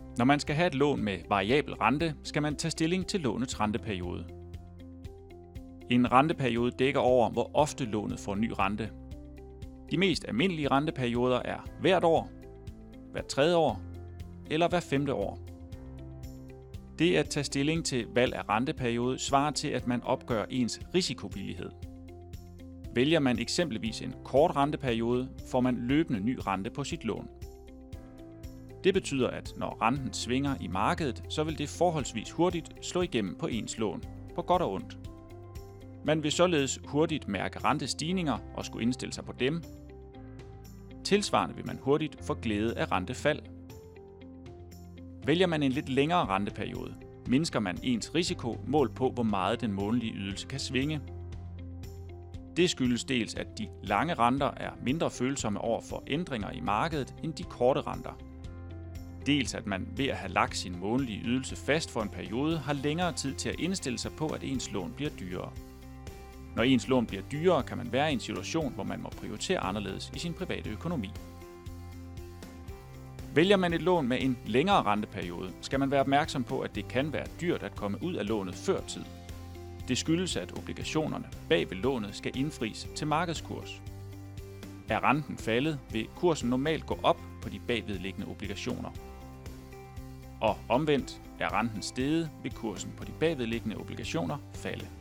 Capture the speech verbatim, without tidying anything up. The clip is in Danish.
Når man skal have et lån med variabel rente, skal man tage stilling til lånets renteperiode. En renteperiode dækker over, hvor ofte lånet får ny rente. De mest almindelige renteperioder er hvert år, hvert tredje år eller hvert femte år. Det at tage stilling til valg af renteperiode svarer til, at man opgør ens risikovillighed. Vælger man eksempelvis en kort renteperiode, får man løbende ny rente på sit lån. Det betyder, at når renten svinger i markedet, så vil det forholdsvis hurtigt slå igennem på ens lån, på godt og ondt. Man vil således hurtigt mærke rentestigninger og skulle indstille sig på dem. Tilsvarende vil man hurtigt få glæde af rentefald. Vælger man en lidt længere renteperiode, mindsker man ens risiko målt på, hvor meget den månedlige ydelse kan svinge. Det skyldes dels, at de lange renter er mindre følsomme over for ændringer i markedet end de korte renter. Dels at man ved at have lagt sin månedlige ydelse fast for en periode, har længere tid til at indstille sig på, at ens lån bliver dyrere. Når ens lån bliver dyrere, kan man være i en situation, hvor man må prioritere anderledes i sin private økonomi. Vælger man et lån med en længere renteperiode, skal man være opmærksom på, at det kan være dyrt at komme ud af lånet før tid. Det skyldes, at obligationerne bag ved lånet skal indfries til markedskurs. Er renten faldet, vil kursen normalt gå op på de bagvedliggende obligationer. Og omvendt, er renten steget, vil kursen på de bagvedliggende obligationer falde.